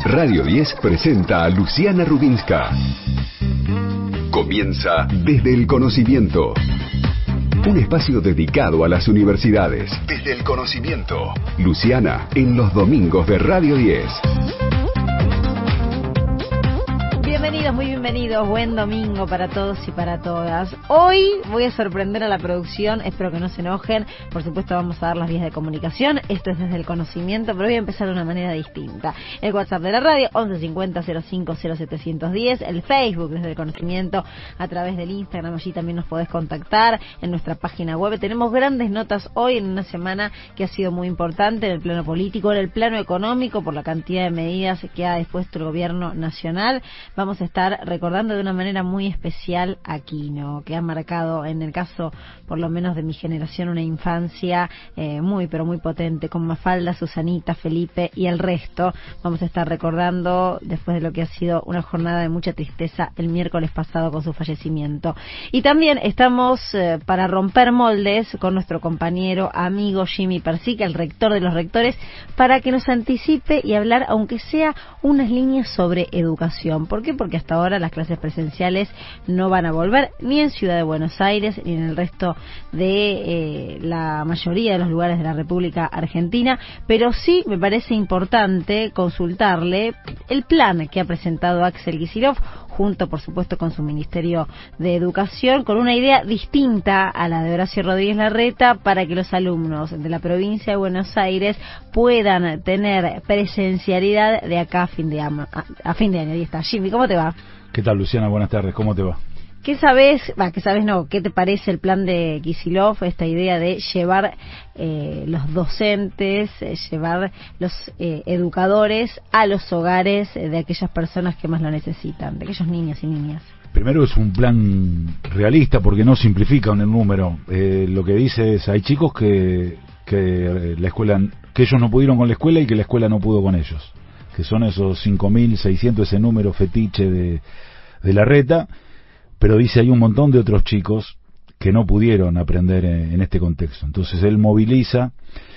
Radio 10 presenta a Luciana Rubinska. Comienza Desde el Conocimiento. Un espacio dedicado a las universidades. Desde el Conocimiento. Luciana, en los domingos de Radio 10. Bienvenidos, muy bienvenidos, buen domingo para todos y para todas. Hoy voy a sorprender a la producción, espero que no se enojen, por supuesto vamos a dar las vías de comunicación, esto es Desde el Conocimiento, pero voy a empezar de una manera distinta. El WhatsApp de la radio, 1150 05 0710, el Facebook Desde el Conocimiento, a través del Instagram, allí también nos podés contactar, en nuestra página web. Tenemos grandes notas hoy en una semana que ha sido muy importante en el plano político, en el plano económico, por la cantidad de medidas que ha dispuesto el gobierno nacional. Vamos a estar recordando de una manera muy especial a Quino, que ha marcado, en el caso por lo menos de mi generación, una infancia muy pero muy potente, con Mafalda, Susanita, Felipe y el resto. Vamos a estar recordando después de lo que ha sido una jornada de mucha tristeza el miércoles pasado con su fallecimiento. Y también estamos para romper moldes con nuestro compañero, amigo Jimmy Persica, el rector de los rectores, para que nos anticipe y hablar, aunque sea unas líneas sobre educación. ¿Por qué? Porque hasta ahora las clases presenciales no van a volver ni en Ciudad de Buenos Aires ni en el resto de la mayoría de los lugares de la República Argentina, pero sí me parece importante consultarle el plan que ha presentado Axel Kicillof, junto por supuesto con su Ministerio de Educación, con una idea distinta a la de Horacio Rodríguez Larreta, para que los alumnos de la provincia de Buenos Aires puedan tener presencialidad de acá a fin de año. Ahí está. Jimmy, ¿cómo te va? ¿Qué tal, Luciana? Buenas tardes, ¿cómo te va? ¿Qué sabes? ¿Qué te parece el plan de Kicillof, esta idea de llevar los docentes, llevar los educadores a los hogares de aquellas personas que más lo necesitan, de aquellos niños y niñas? Primero, es un plan realista porque no simplifica en el número. Lo que dice es, hay chicos que la escuela, que ellos no pudieron con la escuela y que la escuela no pudo con ellos, que son esos 5.600, ese número fetiche de Larreta. Pero dice, hay un montón de otros chicos que no pudieron aprender en este contexto. Entonces él moviliza,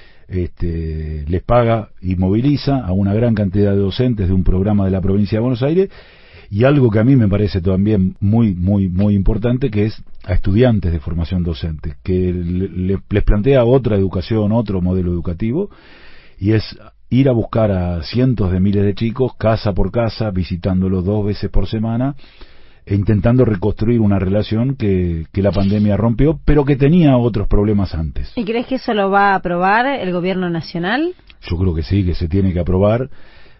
les paga y moviliza a una gran cantidad de docentes de un programa de la provincia de Buenos Aires, y algo que a mí me parece también muy importante, que es a estudiantes de formación docente, que les plantea otra educación, otro modelo educativo, y es ir a buscar a cientos de miles de chicos, casa por casa, visitándolos 2 veces por semana, e intentando reconstruir una relación que la pandemia rompió, pero que tenía otros problemas antes. ¿Y crees que eso lo va a aprobar el gobierno nacional? Yo creo que sí, que se tiene que aprobar,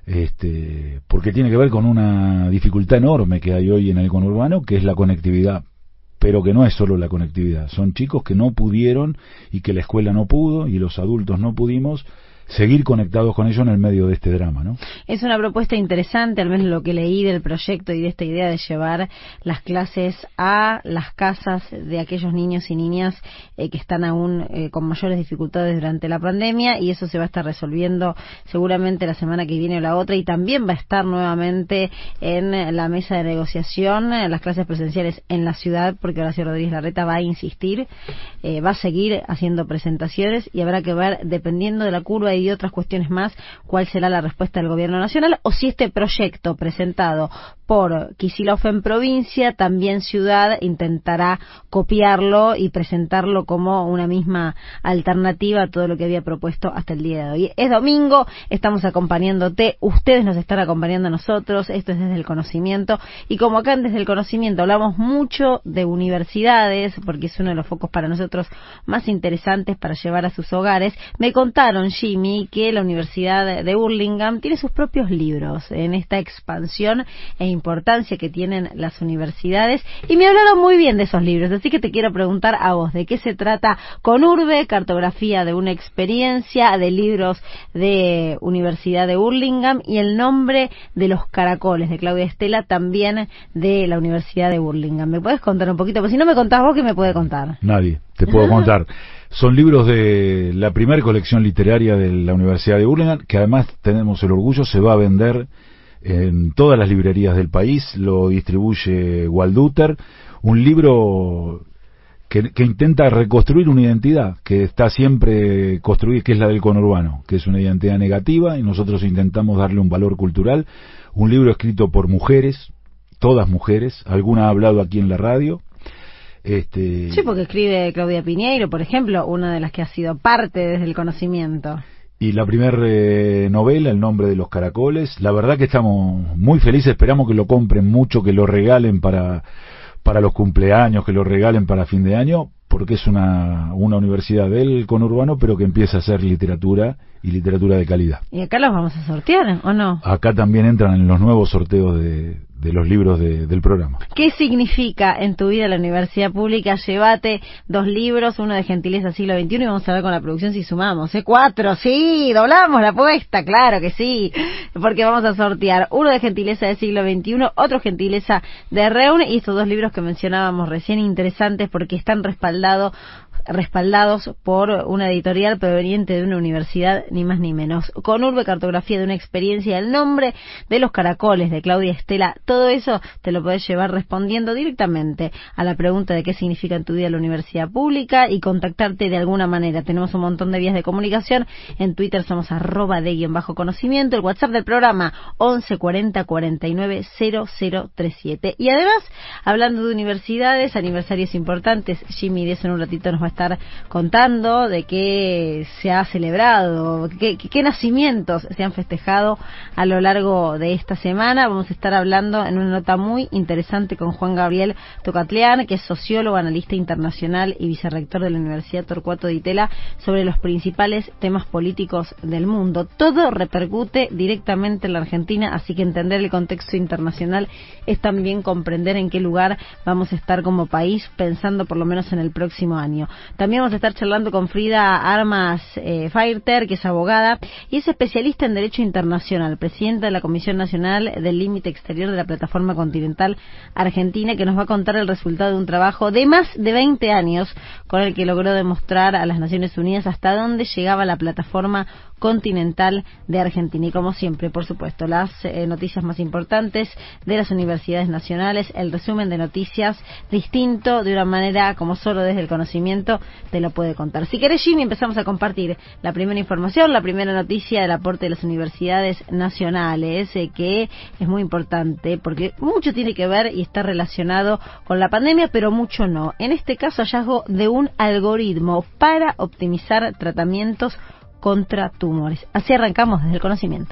porque tiene que ver con una dificultad enorme que hay hoy en el conurbano, que es la conectividad, pero que no es solo la conectividad, son chicos que no pudieron y que la escuela no pudo y los adultos no pudimos seguir conectados con ellos en el medio de este drama, ¿no? Es una propuesta interesante, al menos lo que leí del proyecto y de esta idea de llevar las clases a las casas de aquellos niños y niñas que están aún con mayores dificultades durante la pandemia, y eso se va a estar resolviendo seguramente la semana que viene o la otra, y también va a estar nuevamente en la mesa de negociación las clases presenciales en la ciudad, porque Horacio Rodríguez Larreta va a insistir, va a seguir haciendo presentaciones, y habrá que ver, dependiendo de la curva y otras cuestiones más, cuál será la respuesta del gobierno nacional, o si este proyecto presentado por Kicillof en provincia, también ciudad, intentará copiarlo y presentarlo como una misma alternativa a todo lo que había propuesto hasta el día de hoy. Es domingo, estamos acompañándote, ustedes nos están acompañando a nosotros, esto es Desde el Conocimiento, y como acá en Desde el Conocimiento hablamos mucho de universidades, porque es uno de los focos para nosotros más interesantes para llevar a sus hogares, me contaron, Jimmy, que la Universidad de Burlingame tiene sus propios libros en esta expansión e importancia que tienen las universidades, y me hablaron muy bien de esos libros, así que te quiero preguntar a vos, ¿de qué se trata Conurbe? Cartografía de una experiencia, de libros de Universidad de Burlingame, y El nombre de los caracoles, de Claudia Estela, también de la Universidad de Burlingame. ¿Me puedes contar un poquito? Porque si no me contás vos, ¿qué me puede contar? Nadie, te puedo contar. Son libros de la primera colección literaria de la Universidad de Burlingame, que además tenemos el orgullo, se va a vender en todas las librerías del país, lo distribuye Walduter, un libro que intenta reconstruir una identidad que está siempre construida, que es la del conurbano, que es una identidad negativa, y nosotros intentamos darle un valor cultural. Un libro escrito por mujeres, todas mujeres, alguna ha hablado aquí en la radio. Sí, porque escribe Claudia Piñeiro, por ejemplo, una de las que ha sido parte desde el conocimiento. Y la primer novela, El nombre de los caracoles, la verdad que estamos muy felices, esperamos que lo compren mucho, que lo regalen para los cumpleaños, que lo regalen para fin de año, porque es una universidad del conurbano, pero que empieza a hacer literatura, y literatura de calidad. ¿Y acá los vamos a sortear, o no? Acá también entran en los nuevos sorteos de los libros del programa. ¿Qué significa en tu vida la universidad pública? Llévate 2 libros, uno de Gentileza Siglo XXI, y vamos a ver con la producción si sumamos, 4, sí, doblamos la apuesta, claro que sí, porque vamos a sortear uno de Gentileza de Siglo XXI, otro Gentileza de Reun, y estos 2 libros que mencionábamos recién, interesantes porque están respaldados por una editorial proveniente de una universidad, ni más ni menos. Conurbe, cartografía de una experiencia, El nombre de los caracoles, de Claudia Estela. Todo eso te lo podés llevar respondiendo directamente a la pregunta de qué significa en tu vida la universidad pública, y contactarte de alguna manera. Tenemos un montón de vías de comunicación. En Twitter somos @de_conocimiento. El WhatsApp del programa 11 40 49 0037. Y además, hablando de universidades, aniversarios importantes, Jimmy de eso en un ratito nos va a estar contando de qué se ha celebrado, qué nacimientos se han festejado a lo largo de esta semana. Vamos a estar hablando en una nota muy interesante con Juan Gabriel Tocatlián, que es sociólogo, analista internacional y vicerrector de la Universidad Torcuato Di Tella, sobre los principales temas políticos del mundo. Todo repercute directamente en la Argentina, así que entender el contexto internacional es también comprender en qué lugar vamos a estar como país, pensando por lo menos en el próximo año. También vamos a estar charlando con Frida Armas Feirter, que es abogada y es especialista en Derecho Internacional, presidenta de la Comisión Nacional del Límite Exterior de la Plataforma Continental Argentina, que nos va a contar el resultado de un trabajo de más de 20 años con el que logró demostrar a las Naciones Unidas hasta dónde llegaba la Plataforma Continental de Argentina. Y como siempre, por supuesto, las noticias más importantes de las universidades nacionales, el resumen de noticias distinto, de una manera como solo desde el conocimiento te lo puede contar. Si querés, Jimmy, empezamos a compartir la primera información, la primera noticia del aporte de las universidades nacionales, que es muy importante porque mucho tiene que ver y está relacionado con la pandemia, pero mucho no. En este caso, hallazgo de un algoritmo para optimizar tratamientos contra tumores. Así arrancamos desde el conocimiento.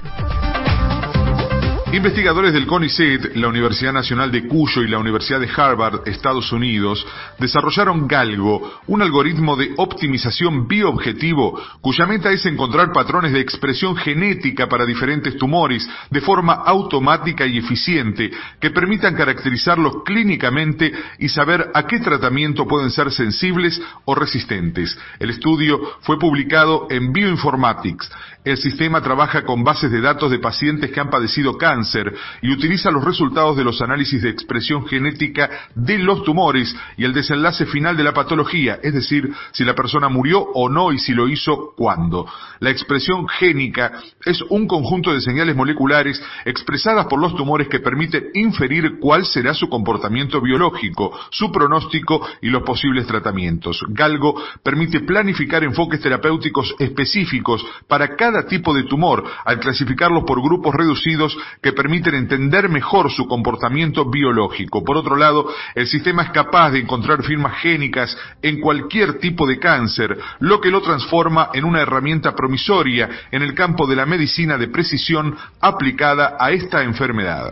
Investigadores del CONICET, la Universidad Nacional de Cuyo y la Universidad de Harvard, Estados Unidos, desarrollaron Galgo, un algoritmo de optimización bioobjetivo cuya meta es encontrar patrones de expresión genética para diferentes tumores de forma automática y eficiente que permitan caracterizarlos clínicamente y saber a qué tratamiento pueden ser sensibles o resistentes. El estudio fue publicado en Bioinformatics. El sistema trabaja con bases de datos de pacientes que han padecido cáncer y utiliza los resultados de los análisis de expresión genética de los tumores y el desenlace final de la patología, es decir, si la persona murió o no y si lo hizo, cuándo. La expresión génica es un conjunto de señales moleculares expresadas por los tumores que permiten inferir cuál será su comportamiento biológico, su pronóstico y los posibles tratamientos. Galgo permite planificar enfoques terapéuticos específicos para cada tipo de tumor, al clasificarlos por grupos reducidos que permiten entender mejor su comportamiento biológico. Por otro lado, el sistema es capaz de encontrar firmas génicas en cualquier tipo de cáncer, lo que lo transforma en una herramienta promisoria en el campo de la medicina de precisión aplicada a esta enfermedad.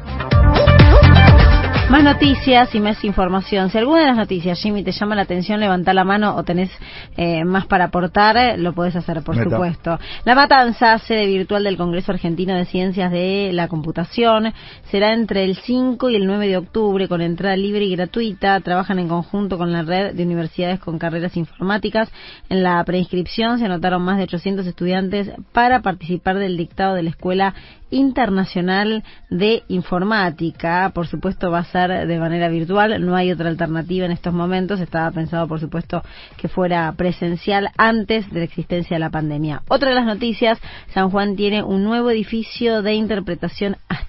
Más noticias y más información. Si alguna de las noticias, Jimmy, te llama la atención, levantá la mano o tenés más para aportar, lo podés hacer, por supuesto. La Matanza, sede virtual del Congreso Argentino de Ciencias de la Computación, será entre el 5 y el 9 de octubre con entrada libre y gratuita. Trabajan en conjunto con la red de universidades con carreras informáticas. En la preinscripción se anotaron más de 800 estudiantes para participar del dictado de la Escuela Internacional de Informática. Por supuesto va a ser de manera virtual, no hay otra alternativa en estos momentos. Estaba pensado, por supuesto, que fuera presencial antes de la existencia de la pandemia. Otra de las noticias, San Juan tiene un nuevo edificio de interpretación astronómica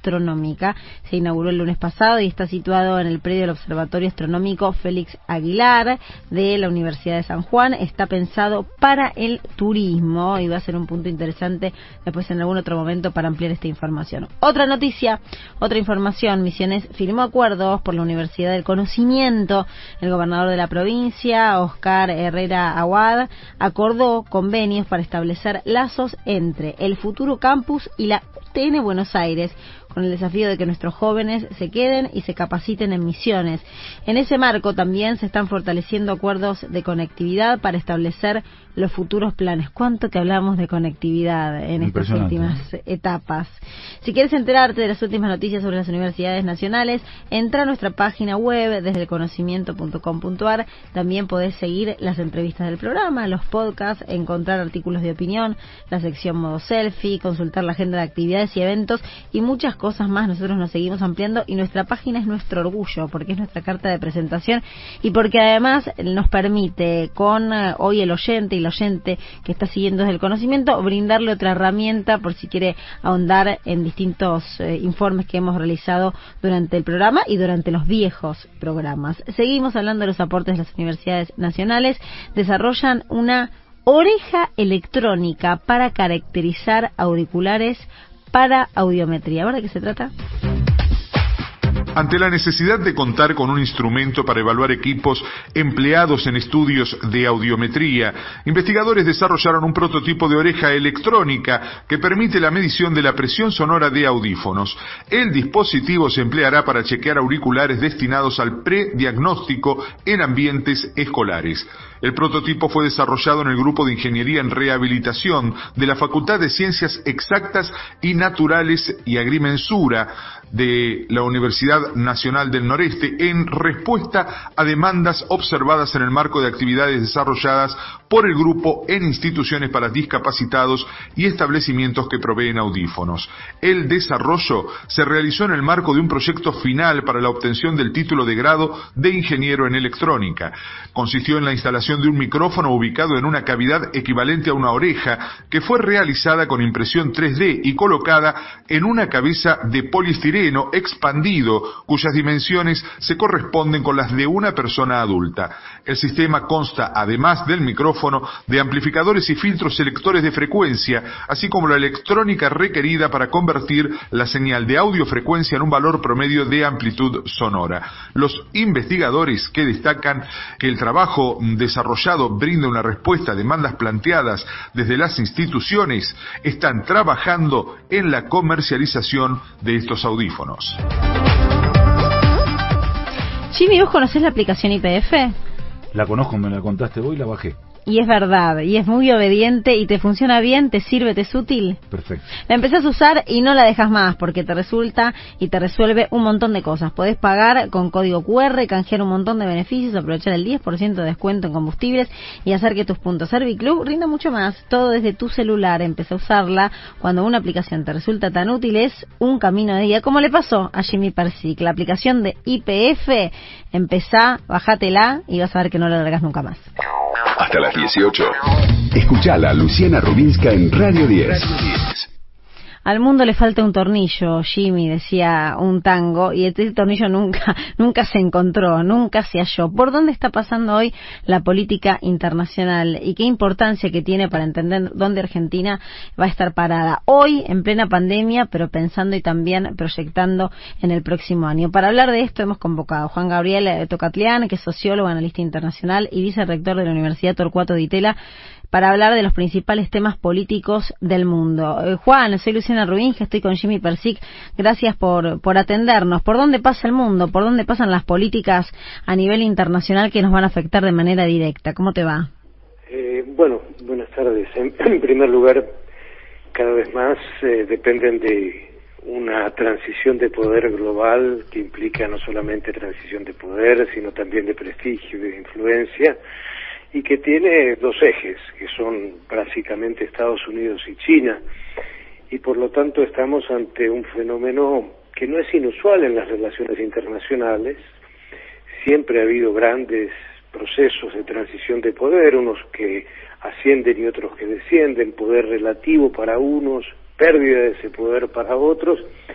astronómica. Se inauguró el lunes pasado y está situado en el predio del Observatorio Astronómico Félix Aguilar de la Universidad de San Juan. Está pensado para el turismo y va a ser un punto interesante después en algún otro momento para ampliar esta información. Otra noticia, otra información: Misiones firmó acuerdos por la Universidad del Conocimiento. El gobernador de la provincia, Oscar Herrera Aguad, acordó convenios para establecer lazos entre el futuro campus y la UTN Buenos Aires, con el desafío de que nuestros jóvenes se queden y se capaciten en Misiones. En ese marco también se están fortaleciendo acuerdos de conectividad para establecer los futuros planes. ¿Cuánto que hablamos de conectividad en estas últimas etapas? Si quieres enterarte de las últimas noticias sobre las universidades nacionales, entra a nuestra página web desdelconocimiento.com.ar. También podés seguir las entrevistas del programa, los podcasts, encontrar artículos de opinión, la sección modo selfie, consultar la agenda de actividades y eventos y muchas cosas más. Nosotros nos seguimos ampliando y nuestra página es nuestro orgullo, porque es nuestra carta de presentación y porque además nos permite con hoy el oyente y la oyente que está siguiendo Desde el Conocimiento brindarle otra herramienta por si quiere ahondar en distintos informes que hemos realizado durante el programa y durante los viejos programas. Seguimos hablando de los aportes de las universidades nacionales. Desarrollan una oreja electrónica para caracterizar auriculares para audiometría. ¿Ahora de qué se trata? Ante la necesidad de contar con un instrumento para evaluar equipos empleados en estudios de audiometría, investigadores desarrollaron un prototipo de oreja electrónica que permite la medición de la presión sonora de audífonos. El dispositivo se empleará para chequear auriculares destinados al prediagnóstico en ambientes escolares. El prototipo fue desarrollado en el Grupo de Ingeniería en Rehabilitación de la Facultad de Ciencias Exactas y Naturales y Agrimensura de la Universidad Nacional del Noreste en respuesta a demandas observadas en el marco de actividades desarrolladas por el grupo en instituciones para discapacitados y establecimientos que proveen audífonos. El desarrollo se realizó en el marco de un proyecto final para la obtención del título de grado de ingeniero en electrónica. Consistió en la instalación de un micrófono ubicado en una cavidad equivalente a una oreja que fue realizada con impresión 3D y colocada en una cabeza de poliestireno expandido cuyas dimensiones se corresponden con las de una persona adulta. El sistema consta, además del micrófono, de amplificadores y filtros selectores de frecuencia, así como la electrónica requerida para convertir la señal de audiofrecuencia en un valor promedio de amplitud sonora. Los investigadores, que destacan que el trabajo desarrollado brinda una respuesta a demandas planteadas desde las instituciones, están trabajando en la comercialización de estos audífonos. Jimmy, ¿vos conocés la aplicación YPF? La conozco, me la contaste vos y la bajé. Y es verdad, y es muy obediente y te funciona bien, te sirve, te es útil. Perfecto. La empezás a usar y no la dejas más porque te resulta y te resuelve un montón de cosas. Podés pagar con código QR, canjear un montón de beneficios, aprovechar el 10% de descuento en combustibles y hacer que tus puntos Serviclub rindan mucho más. Todo desde tu celular. Empezá a usarla. Cuando una aplicación te resulta tan útil es un camino de día, como le pasó a Jimmy Persic. La aplicación de YPF, empezá, bajátela y vas a ver que no la largas nunca más. Hasta las 18. Escuchala, Luciana Rubinska en Radio 10. Al mundo le falta un tornillo, Jimmy, decía un tango, y este tornillo nunca se encontró, nunca se halló. ¿Por dónde está pasando hoy la política internacional y qué importancia que tiene para entender dónde Argentina va a estar parada hoy, en plena pandemia, pero pensando y también proyectando en el próximo año? Para hablar de esto hemos convocado a Juan Gabriel Tocatlián, que es sociólogo, analista internacional y vicerrector de la Universidad Torcuato Di Tella, para hablar de los principales temas políticos del mundo. Juan, soy Luciana Rubinska, estoy con Jimmy Persic. Gracias por atendernos. ¿Por dónde pasa el mundo? ¿Por dónde pasan las políticas a nivel internacional que nos van a afectar de manera directa? ¿Cómo te va? Bueno, buenas tardes. En primer lugar, cada vez más dependen de una transición de poder global que implica no solamente transición de poder, sino también de prestigio y de influencia, y que tiene dos ejes, que son básicamente Estados Unidos y China, y por lo tanto estamos ante un fenómeno que no es inusual en las relaciones internacionales. Siempre ha habido grandes procesos de transición de poder, unos que ascienden y otros que descienden, poder relativo para unos, pérdida de ese poder para otros,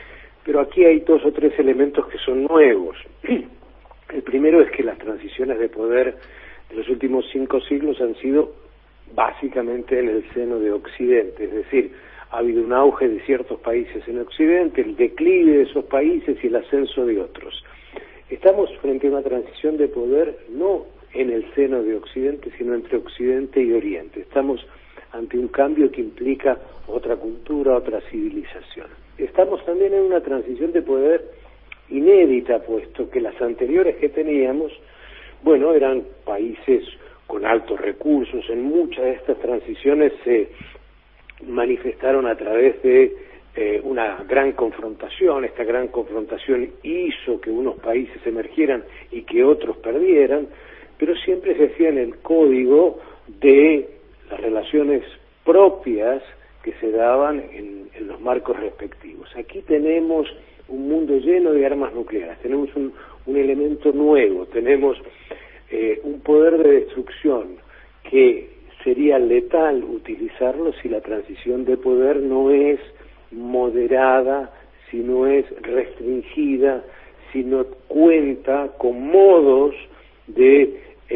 Pero aquí hay 2 o 3 elementos que son nuevos. El primero es que las transiciones de poder de los últimos 5 siglos han sido básicamente en el seno de Occidente, es decir, ha habido un auge de ciertos países en Occidente, el declive de esos países y el ascenso de otros. Estamos frente a una transición de poder no en el seno de Occidente, sino entre Occidente y Oriente. Estamos ante un cambio que implica otra cultura, otra civilización. Estamos también en una transición de poder inédita, puesto que las anteriores que teníamos, bueno, eran países con altos recursos. En muchas de estas transiciones se manifestaron a través de una gran confrontación. Esta gran confrontación hizo que unos países emergieran y que otros perdieran, pero siempre se hacía en el código de las relaciones propias que se daban en los marcos respectivos. Aquí tenemos un mundo lleno de armas nucleares, tenemos un elemento nuevo, tenemos un poder de destrucción que sería letal utilizarlo si la transición de poder no es moderada, si no es restringida, si no cuenta con modos de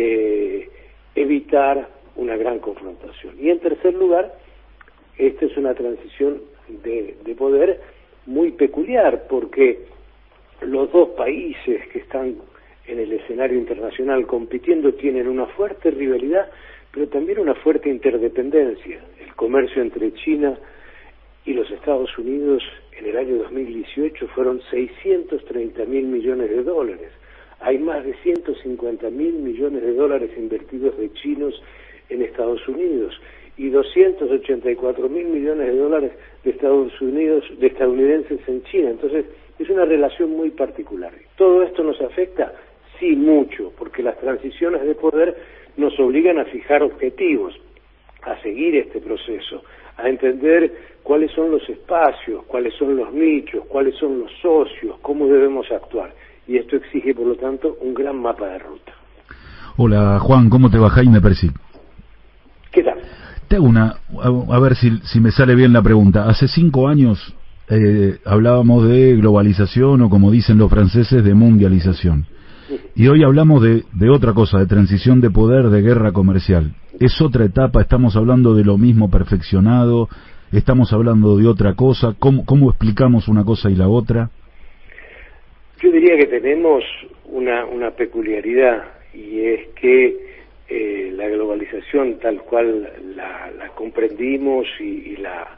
evitar una gran confrontación. Y en tercer lugar, esta es una transición de poder muy peculiar, porque los 2 países que están en el escenario internacional compitiendo tienen una fuerte rivalidad, pero también una fuerte interdependencia. El comercio entre China y los Estados Unidos en el año 2018 fueron 630.000 millones de dólares. Hay más de 150.000 millones de dólares invertidos de chinos en Estados Unidos y 284.000 millones de dólares de estadounidenses en China. Entonces, es una relación muy particular. ¿Todo esto nos afecta? Sí, mucho, porque las transiciones de poder nos obligan a fijar objetivos, a seguir este proceso, a entender cuáles son los espacios, cuáles son los nichos, cuáles son los socios, cómo debemos actuar. Y esto exige, por lo tanto, un gran mapa de ruta. Hola, Juan, ¿cómo te va? Jaime Persic. ¿Qué tal? Te hago a ver si me sale bien la pregunta. Hace 5 años hablábamos de globalización, o como dicen los franceses, de mundialización. Y hoy hablamos de otra cosa, de transición de poder, de guerra comercial. Es otra etapa, estamos hablando de lo mismo perfeccionado, estamos hablando de otra cosa. ¿Cómo explicamos una cosa y la otra? Yo diría que tenemos una peculiaridad, y es que la globalización tal cual la comprendimos y la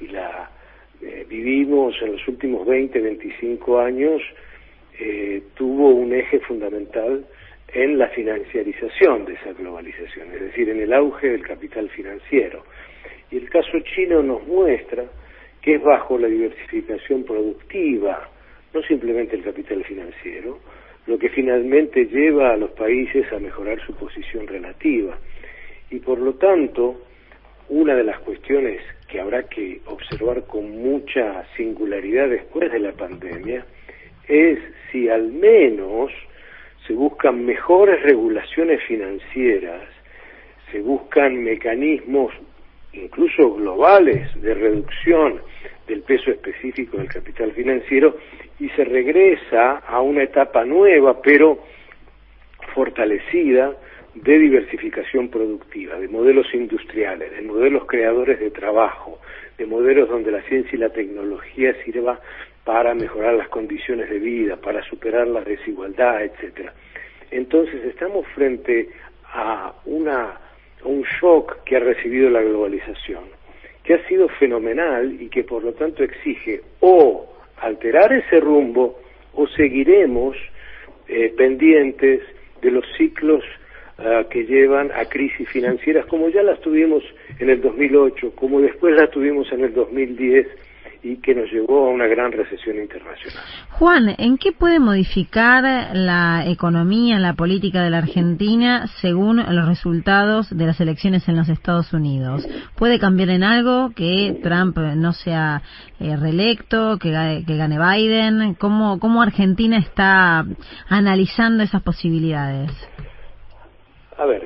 vivimos en los últimos 20, 25 años, tuvo un eje fundamental en la financiarización de esa globalización, es decir, en el auge del capital financiero. Y el caso chino nos muestra que es bajo la diversificación productiva, no simplemente el capital financiero, lo que finalmente lleva a los países a mejorar su posición relativa. Y por lo tanto, una de las cuestiones que habrá que observar con mucha singularidad después de la pandemia es si al menos se buscan mejores regulaciones financieras, se buscan mecanismos incluso globales de reducción del peso específico del capital financiero, y se regresa a una etapa nueva pero fortalecida de diversificación productiva, de modelos industriales, de modelos creadores de trabajo, de modelos donde la ciencia y la tecnología sirva para mejorar las condiciones de vida, para superar la desigualdad, etcétera. Entonces estamos frente a un shock que ha recibido la globalización, que ha sido fenomenal y que por lo tanto exige o alterar ese rumbo o seguiremos pendientes de los ciclos que llevan a crisis financieras, como ya las tuvimos en el 2008, como después las tuvimos en el 2010 y que nos llevó a una gran recesión internacional. Juan, ¿en qué puede modificar la economía, la política de la Argentina según los resultados de las elecciones en los Estados Unidos? ¿Puede cambiar en algo que Trump no sea reelecto, que gane Biden? ¿Cómo Argentina está analizando esas posibilidades? A ver,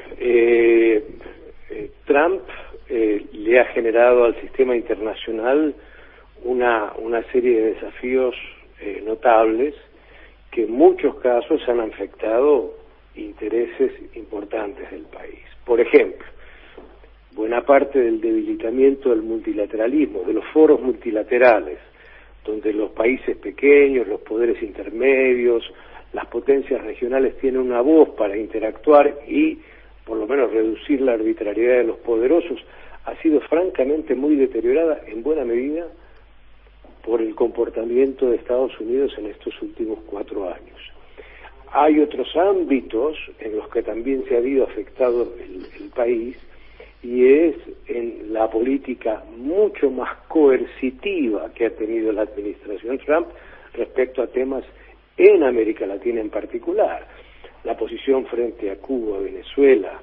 Trump le ha generado al sistema internacional una serie de desafíos notables que en muchos casos han afectado intereses importantes del país. Por ejemplo, buena parte del debilitamiento del multilateralismo, de los foros multilaterales, donde los países pequeños, los poderes intermedios, las potencias regionales tienen una voz para interactuar y por lo menos reducir la arbitrariedad de los poderosos, ha sido francamente muy deteriorada en buena medida por el comportamiento de Estados Unidos en estos últimos 4 años. Hay otros ámbitos en los que también se ha habido afectado el país, y es en la política mucho más coercitiva que ha tenido la administración Trump respecto a temas en América Latina en particular. La posición frente a Cuba, Venezuela,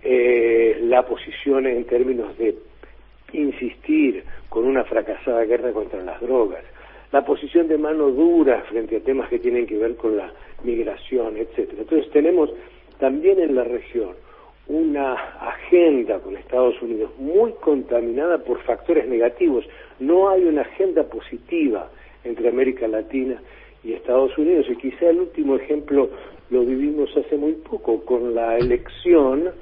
la posición en términos de insistir con una fracasada guerra contra las drogas, la posición de mano dura frente a temas que tienen que ver con la migración, etcétera. Entonces tenemos también en la región una agenda con Estados Unidos muy contaminada por factores negativos. No hay una agenda positiva entre América Latina y Estados Unidos, y quizá el último ejemplo lo vivimos hace muy poco con la elección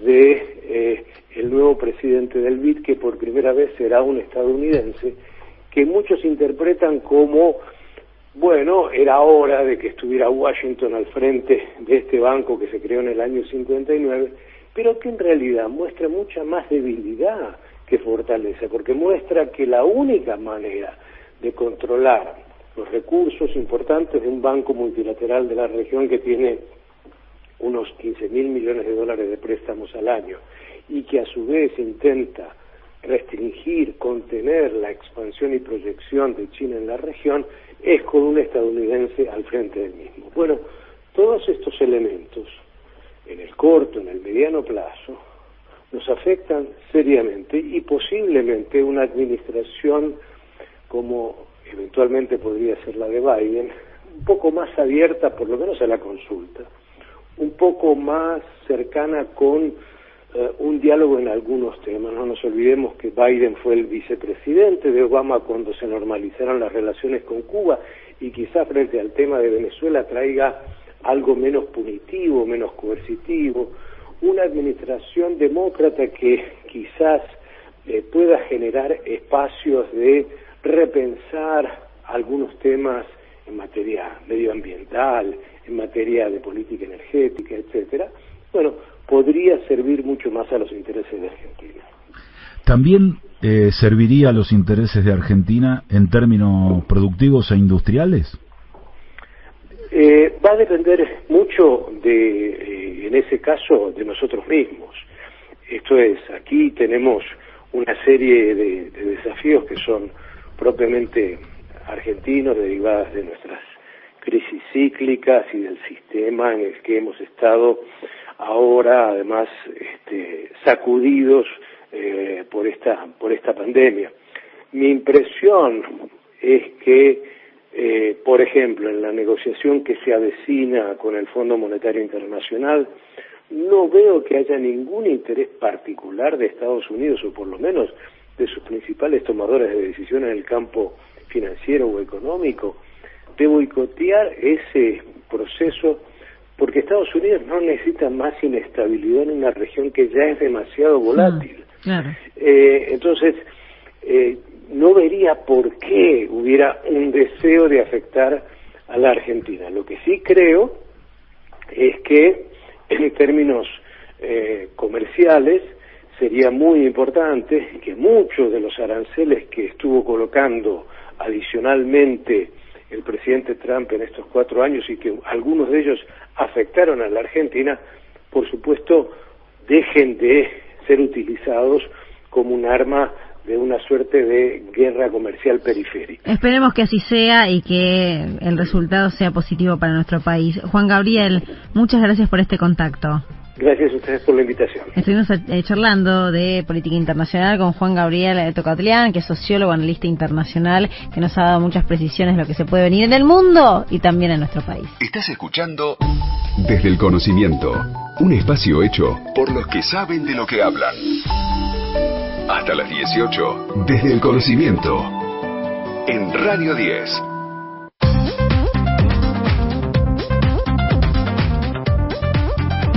de el nuevo presidente del BID, que por primera vez será un estadounidense, que muchos interpretan como, bueno, era hora de que estuviera Washington al frente de este banco que se creó en el año 59, pero que en realidad muestra mucha más debilidad que fortaleza, porque muestra que la única manera de controlar los recursos importantes de un banco multilateral de la región que tiene unos 15.000 millones de dólares de préstamos al año y que a su vez intenta restringir, contener la expansión y proyección de China en la región, es con un estadounidense al frente del mismo. Bueno, todos estos elementos, en el corto, en el mediano plazo, nos afectan seriamente, y posiblemente una administración como eventualmente podría ser la de Biden, un poco más abierta por lo menos a la consulta, un poco más cercana con un diálogo en algunos temas. No nos olvidemos que Biden fue el vicepresidente de Obama cuando se normalizaron las relaciones con Cuba, y quizás frente al tema de Venezuela traiga algo menos punitivo, menos coercitivo, una administración demócrata que quizás pueda generar espacios de repensar algunos temas en materia medioambiental, en materia de política energética, etcétera. Bueno, podría servir mucho más a los intereses de Argentina. ¿También serviría a los intereses de Argentina en términos productivos e industriales? Va a depender mucho de, en ese caso, de nosotros mismos. Esto es, aquí tenemos una serie de desafíos que son propiamente argentinos, derivadas de nuestras crisis cíclicas y del sistema en el que hemos estado ahora, además, sacudidos por esta pandemia. Mi impresión es que por ejemplo, en la negociación que se avecina con el Fondo Monetario Internacional, no veo que haya ningún interés particular de Estados Unidos, o por lo menos de sus principales tomadores de decisiones en el campo financiero o económico, de boicotear ese proceso, porque Estados Unidos no necesita más inestabilidad en una región que ya es demasiado volátil. Claro. Entonces, no vería por qué hubiera un deseo de afectar a la Argentina. Lo que sí creo es que en términos comerciales sería muy importante que muchos de los aranceles que estuvo colocando adicionalmente el presidente Trump en estos 4 años, y que algunos de ellos afectaron a la Argentina, por supuesto dejen de ser utilizados como un arma de una suerte de guerra comercial periférica. Esperemos que así sea y que el resultado sea positivo para nuestro país. Juan Gabriel, muchas gracias por este contacto. Gracias a ustedes por la invitación. Estuvimos charlando de política internacional con Juan Gabriel Tocatlián, que es sociólogo, analista internacional, que nos ha dado muchas precisiones de lo que se puede venir en el mundo y también en nuestro país. Estás escuchando Desde el Conocimiento, un espacio hecho por los que saben de lo que hablan. Hasta las 18, Desde el Conocimiento, en Radio 10.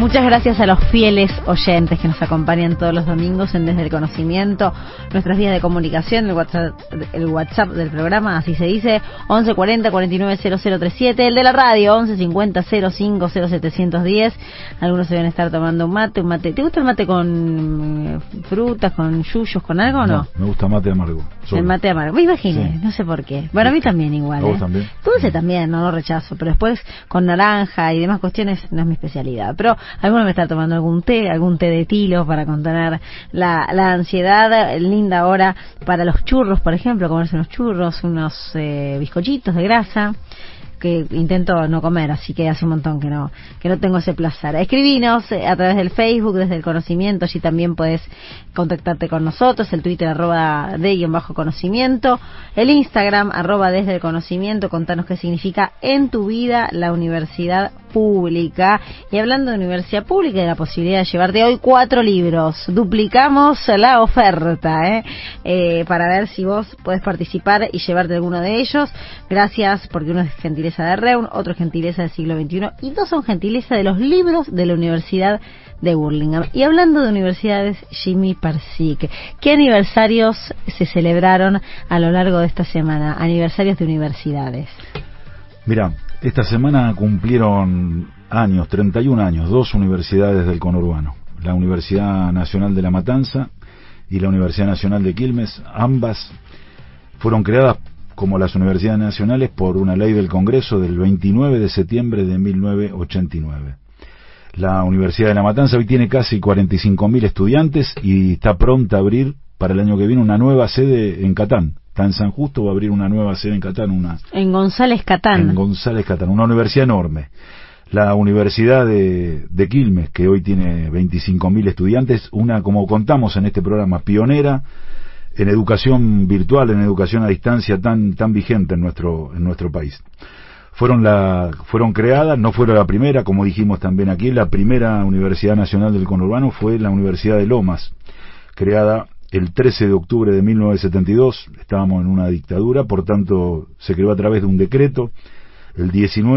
Muchas gracias a los fieles oyentes que nos acompañan todos los domingos en Desde el Conocimiento. Nuestras vías de comunicación, el WhatsApp del programa, así se dice, 1140 490037, el de la radio, 1150 05 0710. Algunos se deben estar tomando un mate. ¿Te gusta el mate con frutas, con yuyos, con algo o no? Me gusta mate amargo. El mate amargo, me imaginé, sí. No sé por qué. Bueno, a mí también igual. ¿A vos también? Dulce también, no lo rechazo, pero después con naranja y demás cuestiones no es mi especialidad. Pero algunos me están tomando algún té de tilo para contener la ansiedad. Linda hora para los churros, por ejemplo, comerse unos churros, unos bizcochitos de grasa, que intento no comer, así que hace un montón que no tengo ese placer. Escribinos a través del Facebook, Desde el Conocimiento, allí también puedes contactarte con nosotros, el Twitter @de_conocimiento, el Instagram @desde el conocimiento, contanos qué significa en tu vida la universidad pública. Y hablando de universidad pública y de la posibilidad de llevarte hoy 4 libros, duplicamos la oferta para ver si vos podés participar y llevarte alguno de ellos. Gracias, porque uno es gentileza de Reun, otro es gentileza del siglo XXI y 2 son gentileza de los libros de la Universidad de Burlingame. Y hablando de universidades, Jimmy Parsic, ¿qué aniversarios se celebraron a lo largo de esta semana? Aniversarios de universidades. Mira, esta semana cumplieron 31 años, 2 universidades del conurbano, la Universidad Nacional de La Matanza y la Universidad Nacional de Quilmes. Ambas fueron creadas como las universidades nacionales por una ley del Congreso del 29 de septiembre de 1989. La Universidad de La Matanza hoy tiene casi 45.000 estudiantes y está pronta a abrir para el año que viene una nueva sede en Catán. Está en San Justo, va a abrir una nueva sede en Catán. En González Catán. En González Catán, una universidad enorme. La Universidad de Quilmes, que hoy tiene 25.000 estudiantes, una, como contamos en este programa, pionera en educación virtual, en educación a distancia tan vigente en nuestro país. Fueron creadas, no fueron la primera, como dijimos también aquí, la primera Universidad Nacional del Conurbano fue la Universidad de Lomas, creada el 13 de octubre de 1972, estábamos en una dictadura, por tanto se creó a través de un decreto, el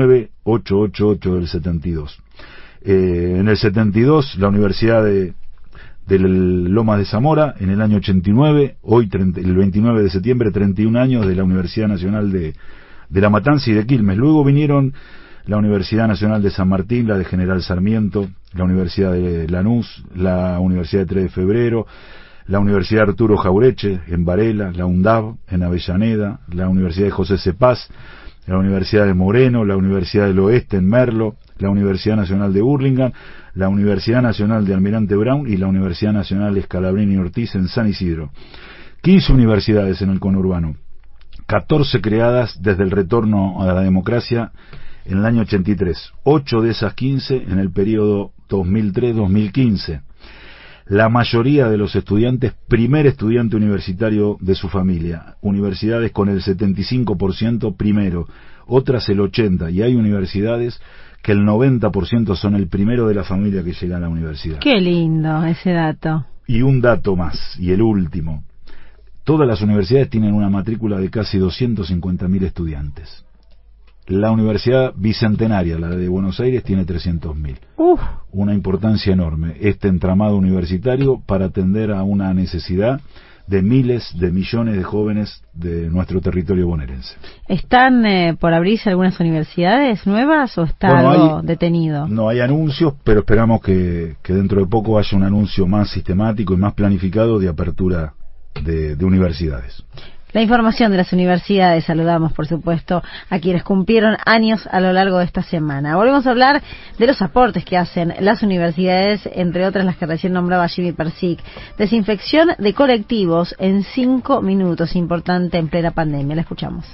19888 del 72. En el 72, la Universidad de Lomas de Zamora, en el año 89, hoy el 29 de septiembre, 31 años de la Universidad Nacional de La Matanza y de Quilmes. Luego vinieron la Universidad Nacional de San Martín, la de General Sarmiento, la Universidad de Lanús, la Universidad de 3 de Febrero, la Universidad Arturo Jaureche en Varela, la UNDAV en Avellaneda, la Universidad de José Cepaz, la Universidad de Moreno, la Universidad del Oeste en Merlo, la Universidad Nacional de Burlingame, la Universidad Nacional de Almirante Brown y la Universidad Nacional Scalabrini Ortiz en San Isidro. 15 universidades en el conurbano, 14 creadas desde el retorno a la democracia en el año 83, 8 de esas 15 en el periodo 2003-2015. La mayoría de los estudiantes, primer estudiante universitario de su familia. Universidades con el 75% primero, otras el 80%, y hay universidades que el 90% son el primero de la familia que llega a la universidad. Qué lindo ese dato. Y un dato más, y el último. Todas las universidades tienen una matrícula de casi 250.000 estudiantes. La Universidad Bicentenaria, la de Buenos Aires, tiene 300.000. Una importancia enorme, este entramado universitario para atender a una necesidad de miles de millones de jóvenes de nuestro territorio bonaerense. ¿Están por abrirse algunas universidades nuevas o está algo detenido? No hay anuncios, pero esperamos que dentro de poco haya un anuncio más sistemático y más planificado de apertura de universidades. La información de las universidades, saludamos por supuesto a quienes cumplieron años a lo largo de esta semana. Volvemos a hablar de los aportes que hacen las universidades, entre otras las que recién nombraba Jimmy Parsic. Desinfección de colectivos en 5 minutos, importante en plena pandemia. La escuchamos.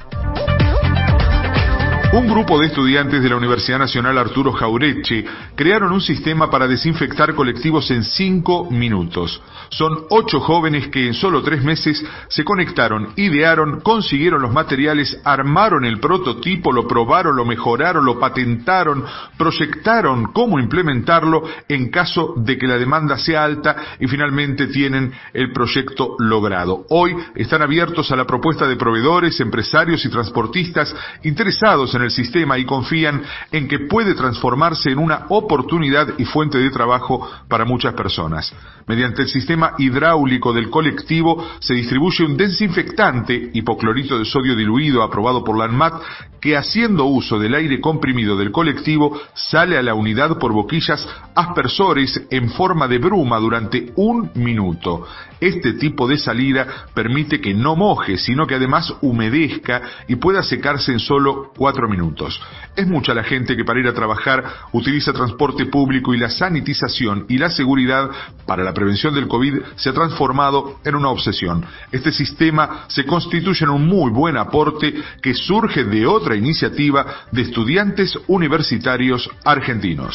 Un grupo de estudiantes de la Universidad Nacional Arturo Jaureche crearon un sistema para desinfectar colectivos en 5 minutos. Son 8 jóvenes que en solo 3 meses se conectaron, idearon, consiguieron los materiales, armaron el prototipo, lo probaron, lo mejoraron, lo patentaron, proyectaron cómo implementarlo en caso de que la demanda sea alta y finalmente tienen el proyecto logrado. Hoy están abiertos a la propuesta de proveedores, empresarios y transportistas interesados en en el sistema y confían en que puede transformarse en una oportunidad y fuente de trabajo para muchas personas. Mediante el sistema hidráulico del colectivo se distribuye un desinfectante, hipoclorito de sodio diluido aprobado por la ANMAT, que haciendo uso del aire comprimido del colectivo sale a la unidad por boquillas aspersores en forma de bruma durante 1 minuto. Este tipo de salida permite que no moje, sino que además humedezca y pueda secarse en solo 4 minutos. Es mucha la gente que para ir a trabajar utiliza transporte público y la sanitización y la seguridad para la prevención del COVID se ha transformado en una obsesión. Este sistema se constituye en un muy buen aporte que surge de otra iniciativa de estudiantes universitarios argentinos.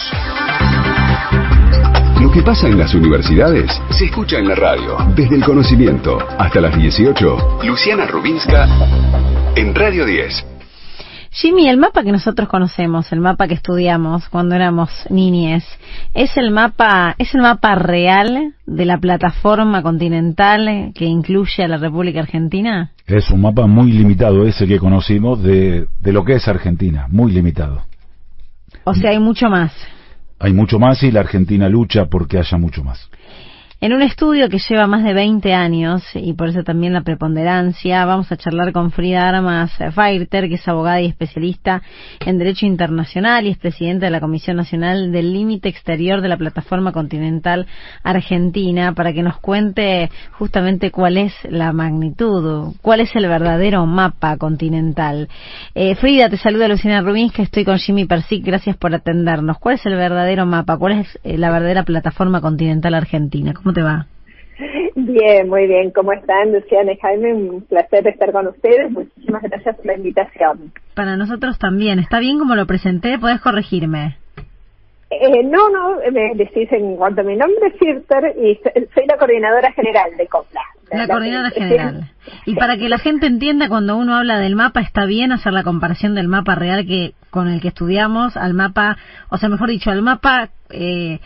Lo que pasa en las universidades se escucha en la radio. Desde el conocimiento hasta las 18. Luciana Rubinska en Radio 10. Jimmy, el mapa que nosotros conocemos, el mapa que estudiamos cuando éramos niñes, ¿es el mapa real de la plataforma continental que incluye a la República Argentina? Es un mapa muy limitado ese que conocimos de lo que es Argentina, muy limitado. O sea, hay mucho más. Hay mucho más y la Argentina lucha porque haya mucho más. En un estudio que lleva más de 20 años, y por eso también la preponderancia, vamos a charlar con Frida Armas Feierter, que es abogada y especialista en Derecho Internacional y es presidenta de la Comisión Nacional del Límite Exterior de la Plataforma Continental Argentina, para que nos cuente justamente cuál es la magnitud, cuál es el verdadero mapa continental. Frida, te saluda Luciana Rubinska, estoy con Jimmy Persic, gracias por atendernos. ¿Cuál es el verdadero mapa? ¿Cuál es la verdadera Plataforma Continental Argentina? ¿Cómo te va? Bien, muy bien. ¿Cómo están, Luciana y Jaime? Un placer estar con ustedes. Muchísimas gracias por la invitación. Para nosotros también. ¿Está bien como lo presenté? ¿Podés corregirme? No, me decís en cuanto a mi nombre, Feierter, y soy la coordinadora general de COPLA. La coordinadora general. Y para que la gente entienda, cuando uno habla del mapa, está bien hacer la comparación del mapa real con el que estudiamos al mapa, o sea, mejor dicho, al mapa de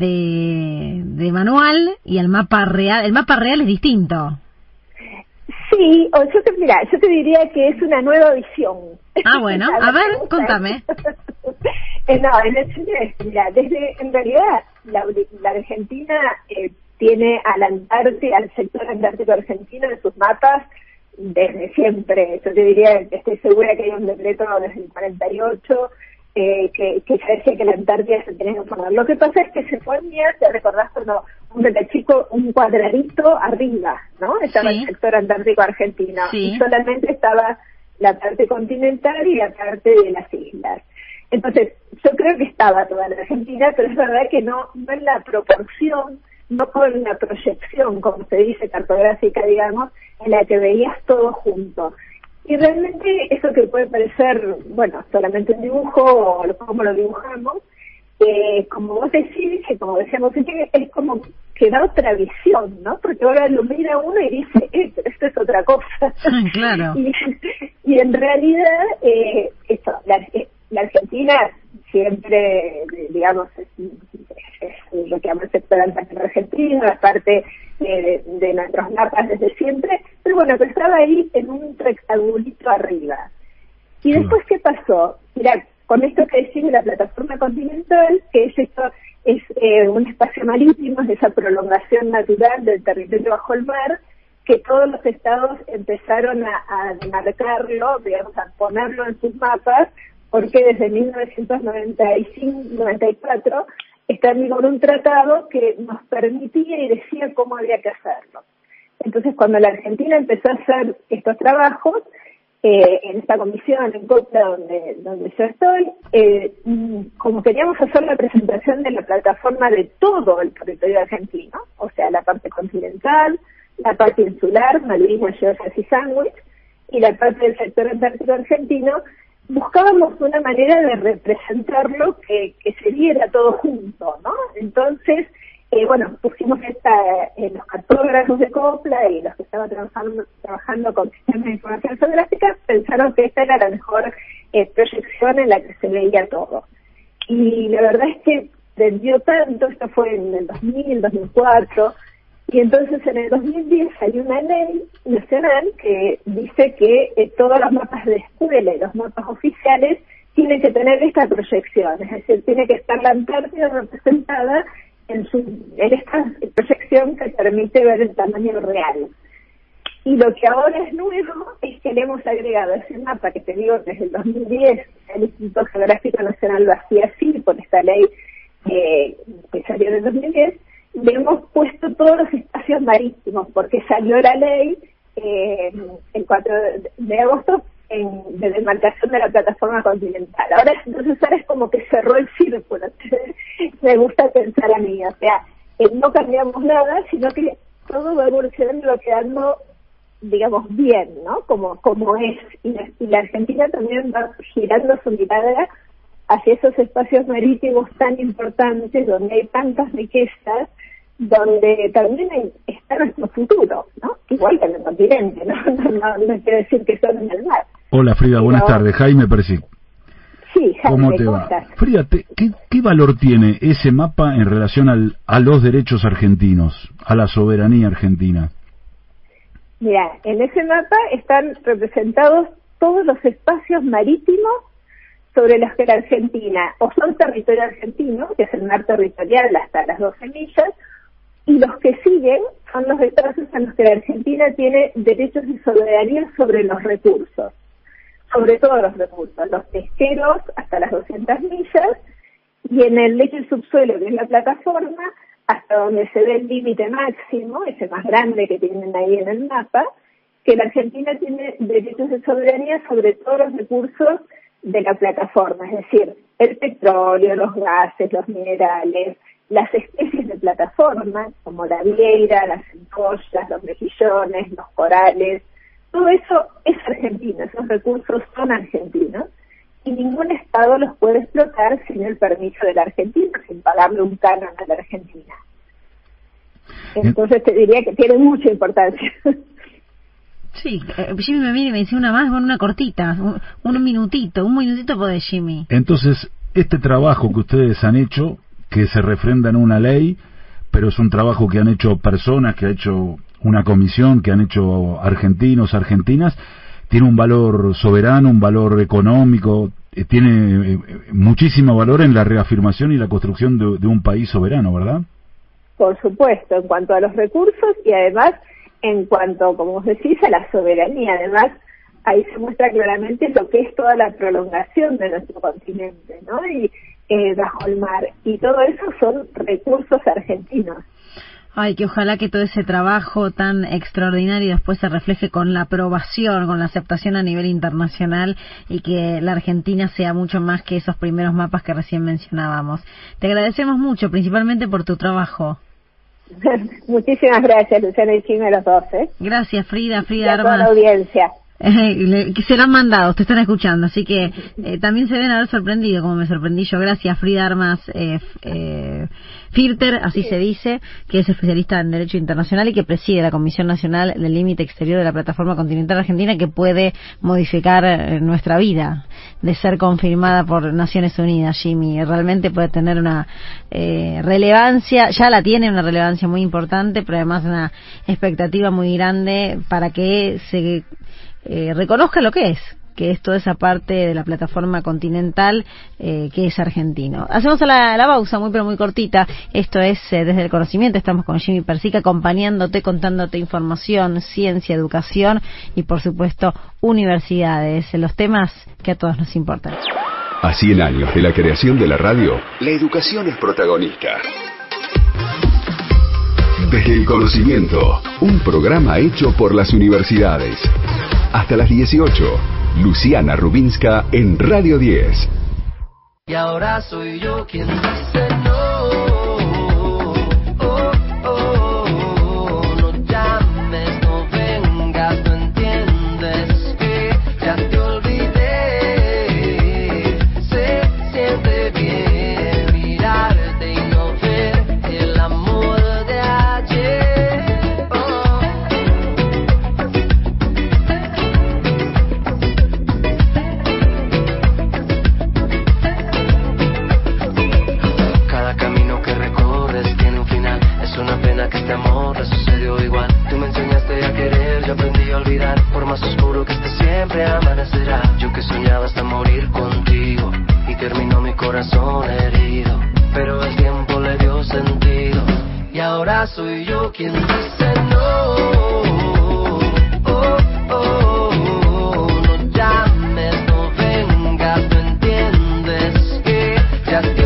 manual y al mapa real. El mapa real es distinto. Sí, yo te diría que es una nueva visión. Ah, bueno, a ver, contame. No, en el sentido es, mira, en realidad la Argentina tiene al sector antártico argentino en sus mapas desde siempre. Yo te diría, estoy segura que hay un decreto desde el 48 que ya decía que la Antártida se tenía que formar. Lo que pasa es que se ponía, te recordás cuando un cuadradito arriba, ¿no? Estaba el sector antártico argentino y solamente estaba la parte continental y la parte de las islas. Entonces, yo creo que estaba toda la Argentina, pero es verdad que no en la proporción, no con la proyección, como se dice, cartográfica, digamos, en la que veías todo junto. Y realmente eso que puede parecer, bueno, solamente un dibujo o cómo lo dibujamos, como vos decís, que como decíamos, es como que da otra visión, ¿no? Porque ahora lo mira uno y dice, esto es otra cosa. Claro. Y en realidad, la Argentina siempre, digamos, es lo que llama el sector antártico argentino, es parte de nuestros mapas desde siempre, pero bueno, que estaba ahí en un rectangulito arriba. Y después, ¿qué pasó? Mira, con esto que decimos la plataforma continental, que es esto, es un espacio marítimo, es esa prolongación natural del territorio bajo el mar, que todos los estados empezaron a demarcarlo, digamos, a ponerlo en sus mapas, porque desde 1995-94 está en vigor un tratado que nos permitía y decía cómo había que hacerlo. Entonces, cuando la Argentina empezó a hacer estos trabajos, en esta comisión, en COPLA, donde yo estoy, como queríamos hacer la presentación de la plataforma de todo el territorio argentino, o sea, la parte continental, la parte insular, Malvinas, Georgias y Sandwich, y la parte del sector antártico argentino, buscábamos una manera de representarlo que se viera todo junto, ¿no? Entonces, bueno, pusimos los cartógrafos de COPLA y los que estaban trabajando con sistemas de información geográfica pensaron que esta era la mejor proyección en la que se veía todo. Y la verdad es que vendió tanto, esto fue en el 2000, 2004, y entonces en el 2010 hay una ley nacional que dice que todos los mapas de escuela y los mapas oficiales tienen que tener esta proyección, es decir, tiene que estar la Antártida representada en esta proyección que permite ver el tamaño real. Y lo que ahora es nuevo es que le hemos agregado ese mapa que te digo desde el 2010, el Instituto Geográfico Nacional lo hacía así, por esta ley que salió en el 2010, le hemos puesto todos los espacios marítimos, porque salió la ley el 4 de agosto de demarcación de la plataforma continental. Ahora es como que cerró el círculo, me gusta pensar a mí, o sea, no cambiamos nada, sino que todo va evolucionando y va quedando, digamos, bien, ¿no? Como es. Y la Argentina también va girando su mirada hacia esos espacios marítimos tan importantes, donde hay tantas riquezas, donde también está nuestro futuro, ¿no? Igual que en el continente, ¿no? No quiere decir que solo en el mar. Hola Frida, buenas tardes. Jaime Percy. Sí, Jaime, ¿cómo te va? Frida, ¿qué valor tiene ese mapa en relación a los derechos argentinos, a la soberanía argentina? Mira, en ese mapa están representados todos los espacios marítimos sobre los que la Argentina, o son territorio argentino, que es el mar territorial hasta las 12 millas, y los que siguen son los espacios en los que la Argentina tiene derechos de soberanía sobre los recursos, sobre todos los recursos, los pesqueros hasta las 200 millas, y en el lecho y subsuelo, que es la plataforma, hasta donde se ve el límite máximo, ese más grande que tienen ahí en el mapa, que la Argentina tiene derechos de soberanía sobre todos los recursos de la plataforma, es decir, el petróleo, los gases, los minerales, las especies de plataforma, como la vieira, las centollas, los mejillones, los corales, todo eso es argentino, esos recursos son argentinos, y ningún Estado los puede explotar sin el permiso de la Argentina, sin pagarle un canon a la Argentina. Entonces te diría que tiene mucha importancia. Sí, Jimmy me mira y me dice una más, una cortita, un minutito podés, Jimmy. Entonces, este trabajo que ustedes han hecho, que se refrenda en una ley, pero es un trabajo que han hecho personas, que ha hecho una comisión, que han hecho argentinos, argentinas, tiene un valor soberano, un valor económico, tiene muchísimo valor en la reafirmación y la construcción de un país soberano, ¿verdad? Por supuesto, en cuanto a los recursos y además en cuanto, como vos decís, a la soberanía. Además, ahí se muestra claramente lo que es toda la prolongación de nuestro continente, ¿no? Y bajo el mar. Y todo eso son recursos argentinos. Ay, que ojalá que todo ese trabajo tan extraordinario después se refleje con la aprobación, con la aceptación a nivel internacional y que la Argentina sea mucho más que esos primeros mapas que recién mencionábamos. Te agradecemos mucho, principalmente por tu trabajo. Muchísimas gracias, Luciana y Chime, los dos. Gracias, Frida y a Armas. toda la audiencia. Que serán mandados, te están escuchando, así que también se deben haber sorprendido, como me sorprendí yo. Gracias, Frida Armas Firter, así se dice, que es especialista en Derecho Internacional y que preside la Comisión Nacional del Límite Exterior de la Plataforma Continental Argentina, que puede modificar nuestra vida, de ser confirmada por Naciones Unidas, Jimmy. Realmente puede tener una relevancia, ya la tiene, una relevancia muy importante, pero además una expectativa muy grande para que se reconozca lo que es toda esa parte de la plataforma continental que es argentino. Hacemos la pausa muy pero muy cortita. Esto es Desde el Conocimiento. Estamos con Jimmy Persic acompañándote, contándote información, ciencia, educación y por supuesto universidades, los temas que a todos nos importan. A 100 años de la creación de la radio, la educación es protagonista. Desde el Conocimiento, un programa hecho por las universidades. Hasta las 18, Luciana Rubinska en Radio 10. Y ahora soy yo quien dice no. Oh, oh, oh, no llames, no vengas, no entiendes que ya te olvidé. Se siente bien mirarte y no ver el amor de ayer. Oh. corazón herido, pero el tiempo le dio sentido. Y ahora soy yo quien dice no. No llames, no vengas, no entiendes que ya te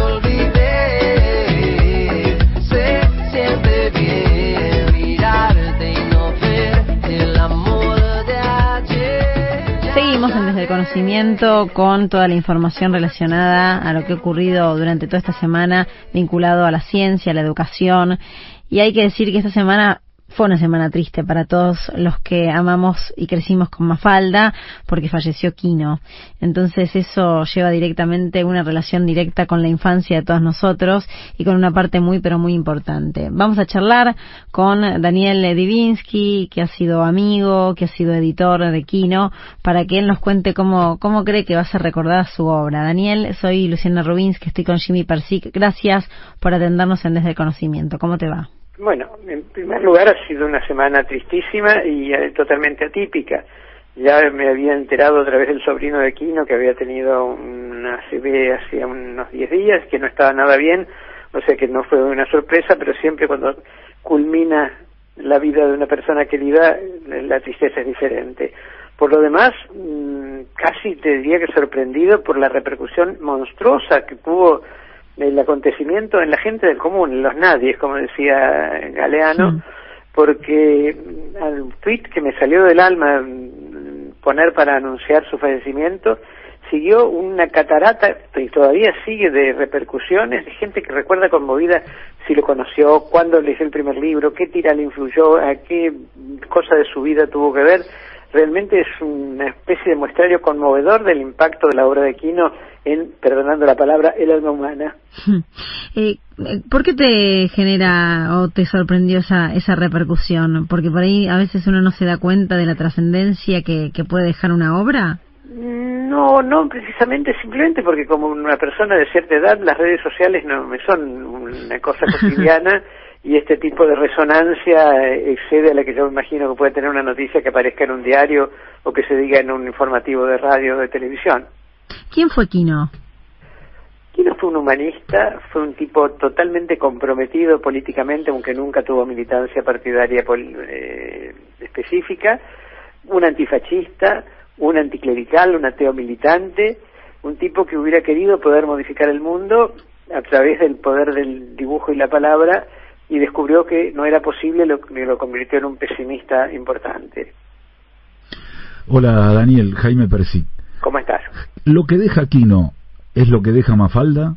olvidé. Se siente bien mirarte y no ver el amor de ayer. Seguimos en Desde el Conocimiento con toda la información relacionada a lo que ha ocurrido durante toda esta semana vinculado a la ciencia, a la educación. Y hay que decir que esta semana fue una semana triste para todos los que amamos y crecimos con Mafalda, porque falleció Quino. Entonces eso lleva directamente una relación directa con la infancia de todos nosotros y con una parte muy pero muy importante. Vamos a charlar con Daniel Divinsky, que ha sido amigo, que ha sido editor de Quino, para que él nos cuente cómo cree que va a ser recordada su obra. Daniel, soy Luciana Rubinsky, estoy con Jimmy Persic. Gracias por atendernos en Desde el Conocimiento. ¿Cómo te va? Bueno, en primer lugar ha sido una semana tristísima y totalmente atípica. Ya me había enterado a través del sobrino de Quino que había tenido una ACV hace unos 10 días, que no estaba nada bien, o sea que no fue una sorpresa, pero siempre cuando culmina la vida de una persona querida, la tristeza es diferente. Por lo demás, casi te diría que sorprendido por la repercusión monstruosa que tuvo el acontecimiento en la gente del común, en los nadies, como decía Galeano, porque al tweet que me salió del alma poner para anunciar su fallecimiento, siguió una catarata, y todavía sigue, de repercusiones, de gente que recuerda conmovida si lo conoció, cuándo leyó el primer libro, qué tira le influyó, a qué cosa de su vida tuvo que ver. Realmente es una especie de muestrario conmovedor del impacto de la obra de Quino en, perdonando la palabra, el alma humana. ¿Por qué te genera o te sorprendió esa repercusión? Porque por ahí a veces uno no se da cuenta de la trascendencia que puede dejar una obra. No precisamente, simplemente porque como una persona de cierta edad, las redes sociales no me son una cosa cotidiana. Y este tipo de resonancia excede a la que yo me imagino que puede tener una noticia que aparezca en un diario o que se diga en un informativo de radio o de televisión. ¿Quién fue Quino? Quino fue un humanista, fue un tipo totalmente comprometido políticamente, aunque nunca tuvo militancia partidaria específica, un antifascista, un anticlerical, un ateo militante, un tipo que hubiera querido poder modificar el mundo a través del poder del dibujo y la palabra, y descubrió que no era posible, lo convirtió en un pesimista importante. Hola Daniel, Jaime Persic. ¿Cómo estás? ¿Lo que deja Quino es lo que deja Mafalda?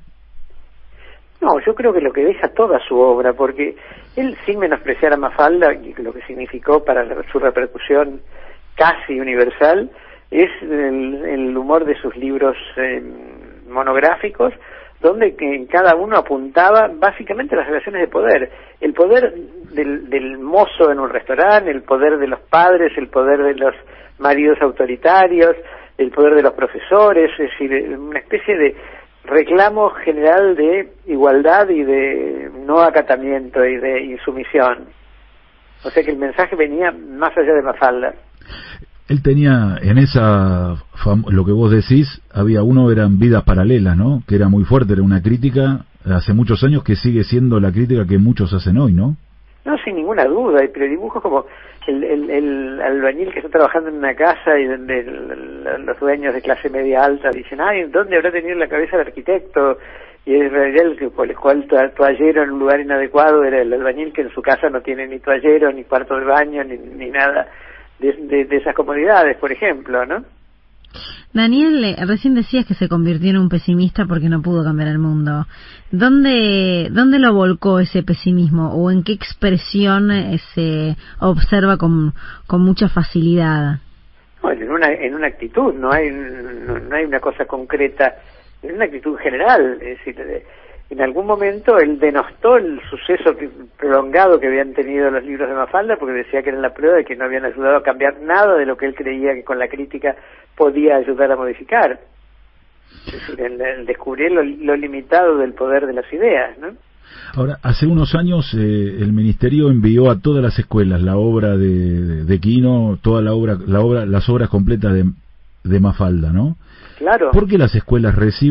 No, yo creo que lo que deja toda su obra, porque él, sin menospreciar a Mafalda, y lo que significó para su repercusión casi universal, es el humor de sus libros monográficos, donde que en cada uno apuntaba básicamente las relaciones de poder. El poder del mozo en un restaurante, el poder de los padres, el poder de los maridos autoritarios, el poder de los profesores, es decir, una especie de reclamo general de igualdad y de no acatamiento y de insumisión. O sea que el mensaje venía más allá de Mafalda. Él tenía en lo que vos decís, eran Vidas Paralelas, ¿no? Que era muy fuerte, era una crítica hace muchos años que sigue siendo la crítica que muchos hacen hoy, ¿no? No, sin ninguna duda, pero dibujos como el albañil que está trabajando en una casa y donde los dueños de clase media alta dicen, ¿dónde habrá tenido la cabeza el arquitecto? Y en realidad el cual toallero en un lugar inadecuado era el albañil que en su casa no tiene ni toallero, ni cuarto de baño, ni nada de esas comodidades, por ejemplo, ¿no? Daniel, recién decías que se convirtió en un pesimista porque no pudo cambiar el mundo. ¿Dónde lo volcó ese pesimismo o en qué expresión se observa con mucha facilidad? Bueno, en una actitud, no hay una cosa concreta, es una actitud general, es decir, en algún momento él denostó el suceso prolongado que habían tenido los libros de Mafalda porque decía que eran la prueba de que no habían ayudado a cambiar nada de lo que él creía que con la crítica podía ayudar a modificar. Es decir, el descubrir lo limitado del poder de las ideas, ¿no? Ahora, hace unos años el Ministerio envió a todas las escuelas la obra de Quino, toda las obras completas de Mafalda, ¿no? Claro. ¿Por qué las escuelas reciben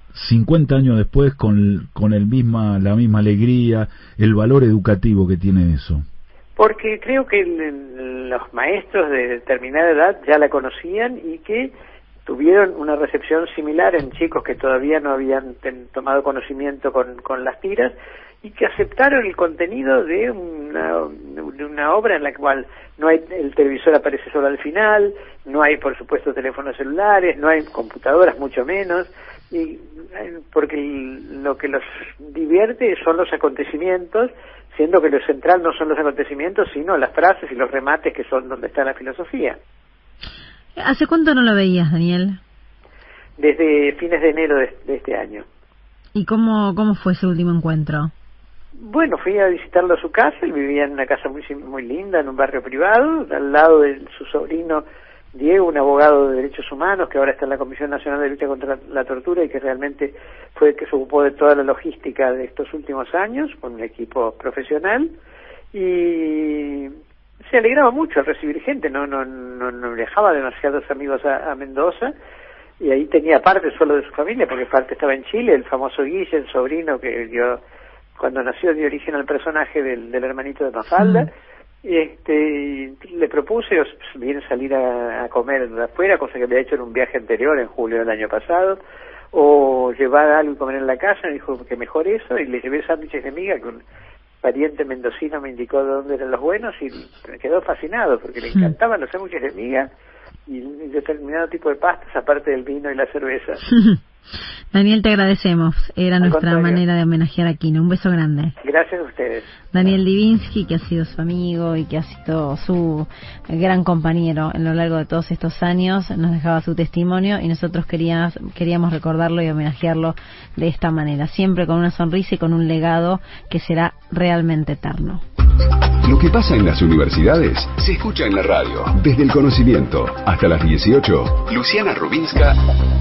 50 años después con la misma alegría, el valor educativo que tiene eso? Porque creo que los maestros de determinada edad ya la conocían y que tuvieron una recepción similar en chicos que todavía no habían tomado conocimiento con las tiras y que aceptaron el contenido de una obra en la cual no hay, el televisor aparece solo al final, no hay por supuesto teléfonos celulares, no hay computadoras mucho menos, y porque lo que los divierte son los acontecimientos, siendo que lo central no son los acontecimientos sino las frases y los remates que son donde está la filosofía. ¿Hace cuánto no lo veías, Daniel? Desde fines de enero de este año. ¿Y cómo fue ese último encuentro? Bueno, fui a visitarlo a su casa, él vivía en una casa muy linda, en un barrio privado, al lado de su sobrino Diego, un abogado de derechos humanos que ahora está en la Comisión Nacional de Lucha contra la Tortura y que realmente fue el que se ocupó de toda la logística de estos últimos años, con un equipo profesional, y se alegraba mucho al recibir gente, no dejaba demasiados amigos a Mendoza, y ahí tenía parte solo de su familia, porque parte estaba en Chile, el famoso Guille, el sobrino que dio, cuando nació, dio origen al personaje del hermanito de Mafalda, y le propuse bien salir a comer de afuera, cosa que había hecho en un viaje anterior, en julio del año pasado, o llevar algo y comer en la casa, me dijo que mejor eso, y le llevé sándwiches de miga, que un pariente mendocino me indicó de dónde eran los buenos, y me quedó fascinado, porque le encantaban los sándwiches de miga, y determinado tipo de pastas, aparte del vino y la cerveza. Daniel, te agradecemos. Era nuestra manera de homenajear a Quino. Un beso grande. Gracias a ustedes. Daniel Divinsky, que ha sido su amigo y que ha sido su gran compañero en lo largo de todos estos años, nos dejaba su testimonio y nosotros queríamos recordarlo y homenajearlo de esta manera, siempre con una sonrisa y con un legado que será realmente eterno. Lo que pasa en las universidades se escucha en la radio. Desde el conocimiento hasta las 18. Luciana Rubinska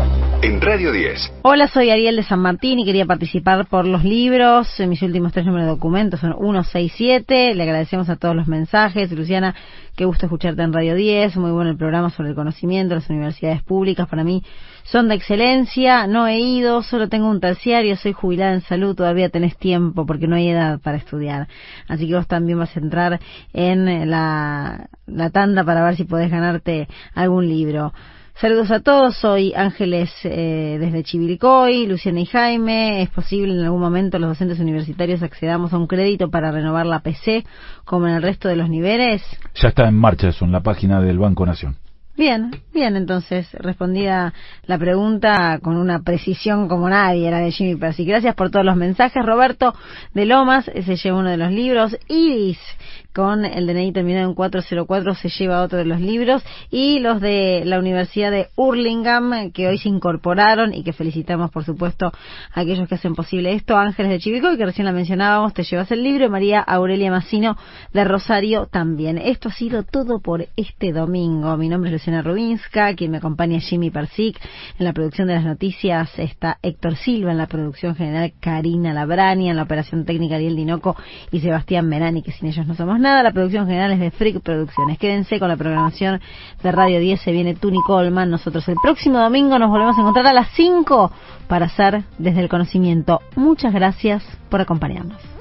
en Radio 10. Hola, soy Ariel de San Martín y quería participar por los libros. Mis últimos 3 números de documentos son 167. Le agradecemos a todos los mensajes. Luciana, qué gusto escucharte en Radio 10. Muy bueno el programa sobre el conocimiento. Las universidades públicas para mí son de excelencia. No he ido, solo tengo un terciario. Soy jubilada en salud. Todavía tenés tiempo porque no hay edad para estudiar. Así que vos también vas a entrar en la tanda para ver si podés ganarte algún libro. Saludos a todos, soy Ángeles desde Chivilcoy, Luciana y Jaime. ¿Es posible en algún momento los docentes universitarios accedamos a un crédito para renovar la PC como en el resto de los niveles? Ya está en marcha eso, en la página del Banco Nación. Bien, entonces respondida la pregunta con una precisión como nadie, era de Jimmy Percy. Gracias por todos los mensajes. Roberto de Lomas se lleva uno de los libros. Iris, con el DNI terminado en 404, se lleva otro de los libros. Y los de la Universidad de Hurlingham, que hoy se incorporaron y que felicitamos, por supuesto, a aquellos que hacen posible esto. Ángeles de Chivilcoy, que recién la mencionábamos, te llevas el libro. María Aurelia Massino de Rosario también. Esto ha sido todo por este domingo. Mi nombre es Luciana Rubinska, quien me acompaña Jimmy Persic. En la producción de las noticias está Héctor Silva, en la producción general Karina Labrani, en la operación técnica Ariel Dinoco y Sebastián Merani, que sin ellos no somos nada. La producción general es de Freak Producciones. Quédense con la programación de Radio 10, se viene Tuni Coleman. Nosotros el próximo domingo nos volvemos a encontrar a las 5 para hacer Desde el Conocimiento. Muchas gracias por acompañarnos.